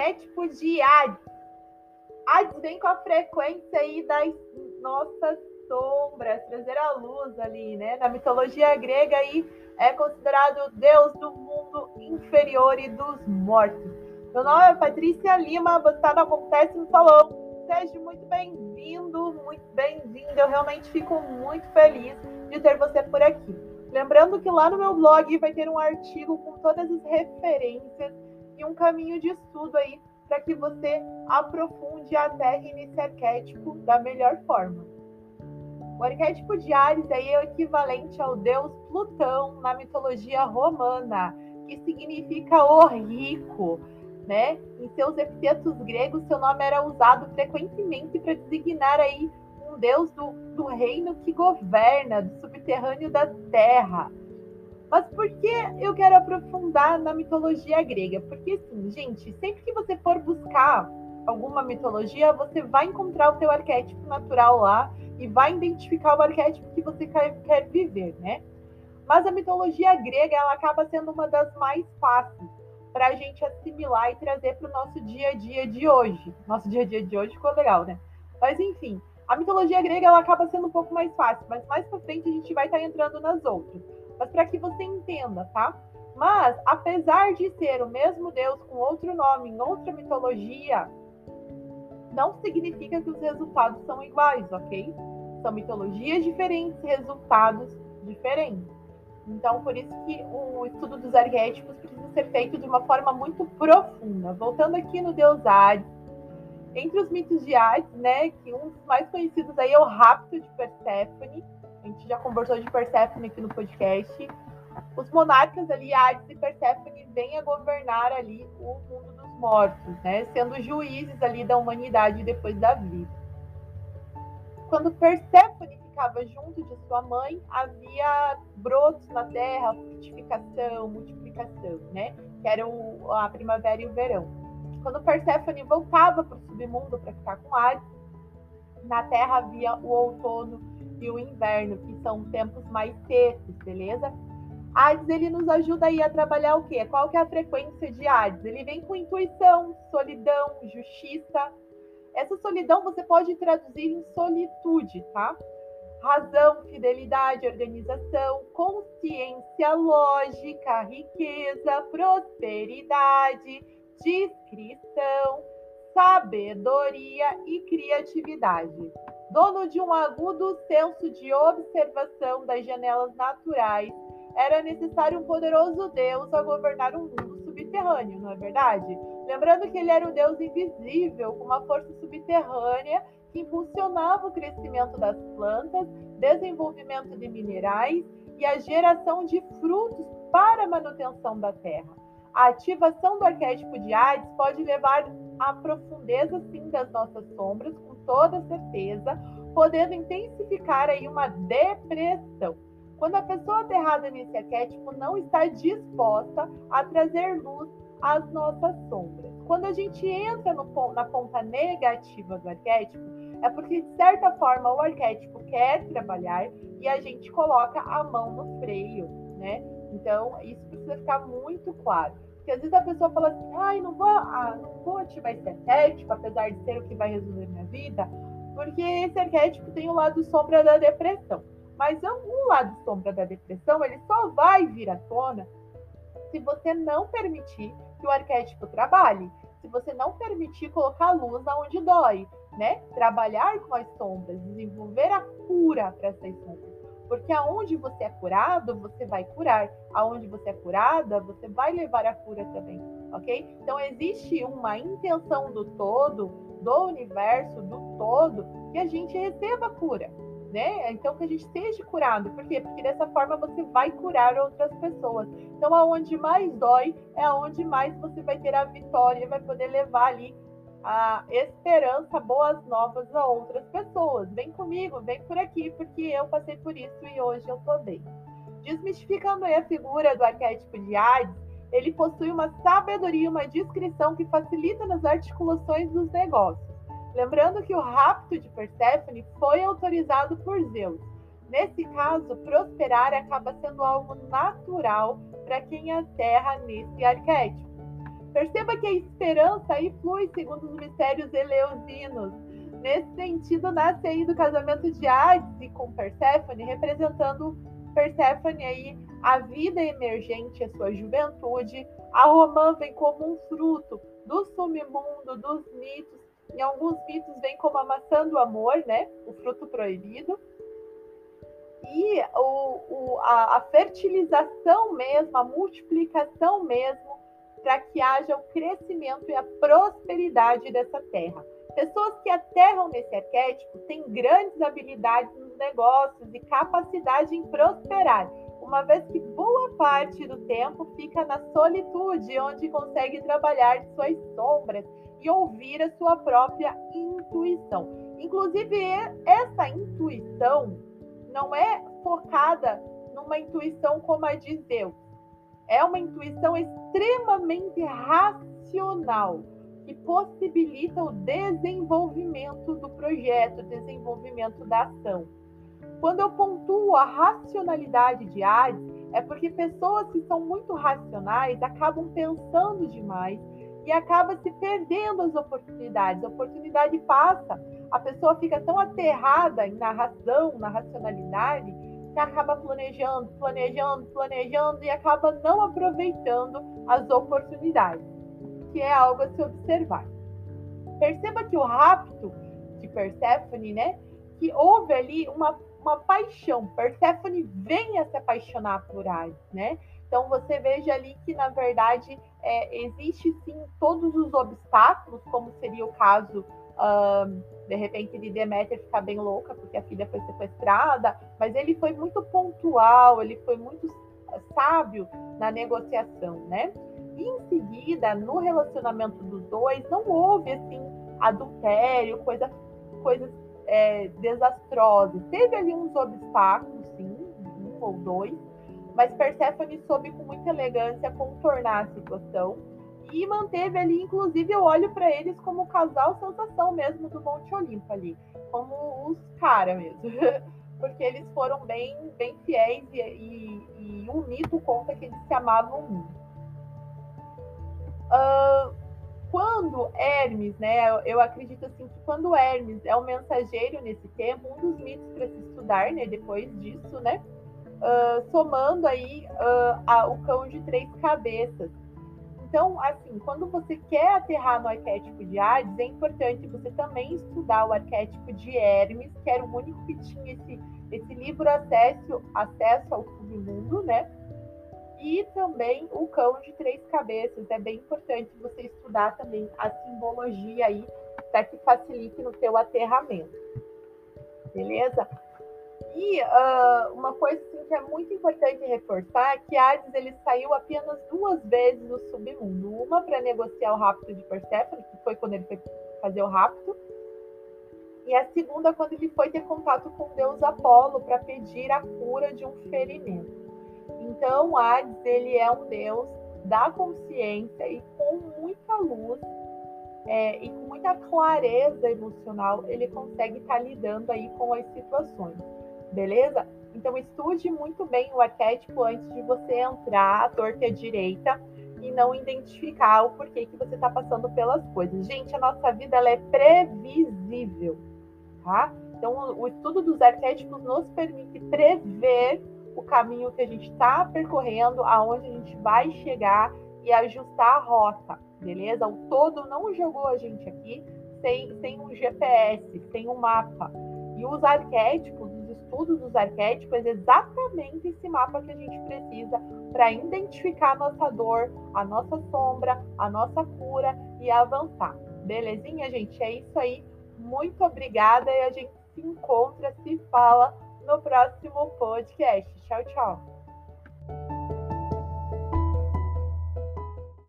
arquétipo de Hades. Hades vem com a frequência aí das nossas sombras, trazer a luz ali, né? Na mitologia grega aí é considerado o deus do mundo inferior e dos mortos. Meu nome é Patrícia Lima, você está no Acontece no Salão. Seja muito bem-vindo, muito bem-vinda. Eu realmente fico muito feliz de ter você por aqui. Lembrando que lá no meu blog vai ter um artigo com todas as referências e um caminho de estudo aí para que você aprofunde a Terra nesse arquétipo da melhor forma. O arquétipo de Áries aí é o equivalente ao deus Plutão na mitologia romana, que significa o rico, né? Em seus epítetos gregos, seu nome era usado frequentemente para designar aí um deus do reino que governa, do subterrâneo da Terra. Mas por que eu quero aprofundar na mitologia grega? Porque, assim, gente, sempre que você for buscar alguma mitologia, você vai encontrar o teu arquétipo natural lá e vai identificar o arquétipo que você quer viver, né? Mas a mitologia grega, ela acaba sendo uma das mais fáceis para a gente assimilar e trazer para o nosso dia a dia de hoje. Nosso dia a dia de hoje ficou legal, né? Mas, enfim, a mitologia grega, ela acaba sendo um pouco mais fácil, mas mais para frente a gente vai estar entrando nas outras. Mas para que você entenda, tá? Mas, apesar de ser o mesmo Deus com outro nome, em outra mitologia, não significa que os resultados são iguais, ok? São mitologias diferentes, resultados diferentes. Então, por isso que o estudo dos arquétipos precisa ser feito de uma forma muito profunda. Voltando aqui no deus Hades, entre os mitos de Hades, né, que um dos mais conhecidos aí é o rapto de Perséfone. A gente já conversou de Perséfone aqui no podcast. Os monarcas ali, Hades e Perséfone, vêm a governar ali o mundo dos mortos, né, sendo juízes ali da humanidade depois da vida. Quando Perséfone ficava junto de sua mãe, havia brotos na terra, frutificação, multiplicação, né, que era a primavera e o verão. Quando Perséfone voltava para o submundo para ficar com Hades, na Terra havia o outono e o inverno, que são tempos mais secos, beleza? Hades, ele nos ajuda aí a trabalhar o quê? Qual que é a frequência de Hades? Ele vem com intuição, solidão, justiça. Essa solidão você pode traduzir em solitude, tá? Razão, fidelidade, organização, consciência, lógica, riqueza, prosperidade, discrição, sabedoria e criatividade. Dono de um agudo senso de observação das janelas naturais, era necessário um poderoso Deus a governar um mundo subterrâneo, não é verdade? Lembrando que ele era um Deus invisível, com uma força subterrânea que impulsionava o crescimento das plantas, desenvolvimento de minerais e a geração de frutos para a manutenção da terra. A ativação do arquétipo de Hades pode levar à profundeza, sim, das nossas sombras, com toda certeza, podendo intensificar aí uma depressão. Quando a pessoa aterrada nesse arquétipo não está disposta a trazer luz às nossas sombras. Quando a gente entra na ponta negativa do arquétipo, é porque, de certa forma, o arquétipo quer trabalhar e a gente coloca a mão no freio, né? Então, isso precisa ficar muito claro. Porque às vezes a pessoa fala assim, não vou ativar esse arquétipo, apesar de ser o que vai resolver minha vida, porque esse arquétipo tem o lado sombra da depressão. Mas o lado sombra da depressão, ele só vai vir à tona se você não permitir que o arquétipo trabalhe, se você não permitir colocar luz aonde dói, né? Trabalhar com as sombras, desenvolver a cura para essas sombras. Porque aonde você é curado, você vai curar. Aonde você é curada, você vai levar a cura também, ok? Então, existe uma intenção do todo, do universo, do todo, que a gente receba a cura, né? Então, que a gente esteja curado. Por quê? Porque dessa forma você vai curar outras pessoas. Então, aonde mais dói é aonde mais você vai ter a vitória e vai poder levar ali a esperança, boas novas a outras pessoas. Vem comigo, vem por aqui, porque eu passei por isso e hoje eu tô bem. Desmistificando aí a figura do arquétipo de Hades, ele possui uma sabedoria, uma discrição que facilita nas articulações dos negócios. Lembrando que o rapto de Perséfone foi autorizado por Zeus. Nesse caso, prosperar acaba sendo algo natural para quem aterra nesse arquétipo. Perceba que a esperança aí flui segundo os mistérios eleusinos. Nesse sentido, nasce aí do casamento de Hades com Perséfone, representando Perséfone aí a vida emergente, a sua juventude. A romã vem como um fruto do submundo, dos mitos. Em alguns mitos vem como a maçã do amor, né? O fruto proibido. E a fertilização mesmo, a multiplicação mesmo, para que haja o crescimento e a prosperidade dessa terra. Pessoas que aterram nesse arquétipo têm grandes habilidades nos negócios e capacidade em prosperar, uma vez que boa parte do tempo fica na solitude, onde consegue trabalhar de suas sombras e ouvir a sua própria intuição. Inclusive, essa intuição não é focada numa intuição como a de Zeus. É uma intuição extremamente racional, que possibilita o desenvolvimento do projeto, o desenvolvimento da ação. Quando eu pontuo a racionalidade de Hades, é porque pessoas que são muito racionais acabam pensando demais e acaba se perdendo as oportunidades. A oportunidade passa, a pessoa fica tão aterrada na razão, na racionalidade, que acaba planejando e acaba não aproveitando as oportunidades, que é algo a se observar. Perceba que o rapto de Perséfone, né, que houve ali uma paixão. Perséfone vem a se apaixonar por Hades, né? Então você veja ali que, na verdade, existe sim todos os obstáculos, como seria o caso, de repente, de Deméter ficar bem louca porque a filha foi sequestrada, mas ele foi muito pontual, ele foi muito sábio na negociação, né? E em seguida, no relacionamento dos dois, não houve, assim, adultério, coisas desastrosas. Teve ali uns obstáculos, sim, um ou dois, mas Perséfone soube com muita elegância contornar a situação e manteve ali, inclusive eu olho para eles como o casal sensação mesmo do Monte Olimpo ali, como os caras mesmo, porque eles foram bem fiéis e um mito conta que eles se amavam muito. Quando Hermes, né, eu acredito assim que quando Hermes é o mensageiro nesse tempo, um dos mitos para se estudar, né, depois disso, né, somando aí o cão de 3 cabeças. Então, assim, quando você quer aterrar no arquétipo de Hades, é importante você também estudar o arquétipo de Hermes, que era o único que tinha esse livre acesso ao submundo, né? E também o cão de 3 cabeças. É bem importante você estudar também a simbologia aí, para que facilite no seu aterramento. Beleza? E uma coisa assim, que é muito importante reforçar é que Hades ele saiu apenas 2 vezes do submundo. Uma para negociar o rapto de Perséfone, que foi quando ele foi fazer o rapto, e a segunda quando ele foi ter contato com o deus Apolo para pedir a cura de um ferimento. Então, Hades ele é um deus da consciência e com muita luz e com muita clareza emocional, ele consegue estar lidando aí com as situações. Beleza? Então estude muito bem o arquétipo antes de você entrar à torta e à direita e não identificar o porquê que você está passando pelas coisas. Gente, a nossa vida ela é previsível, tá? Então o estudo dos arquétipos nos permite prever o caminho que a gente está percorrendo, aonde a gente vai chegar e ajustar a rota, beleza? O todo não jogou a gente aqui sem um GPS, sem um mapa. E os arquétipos, os estudos dos arquétipos, é exatamente esse mapa que a gente precisa para identificar a nossa dor, a nossa sombra, a nossa cura e avançar. Belezinha, gente? É isso aí. Muito obrigada e a gente se encontra, se fala no próximo podcast. Tchau, tchau.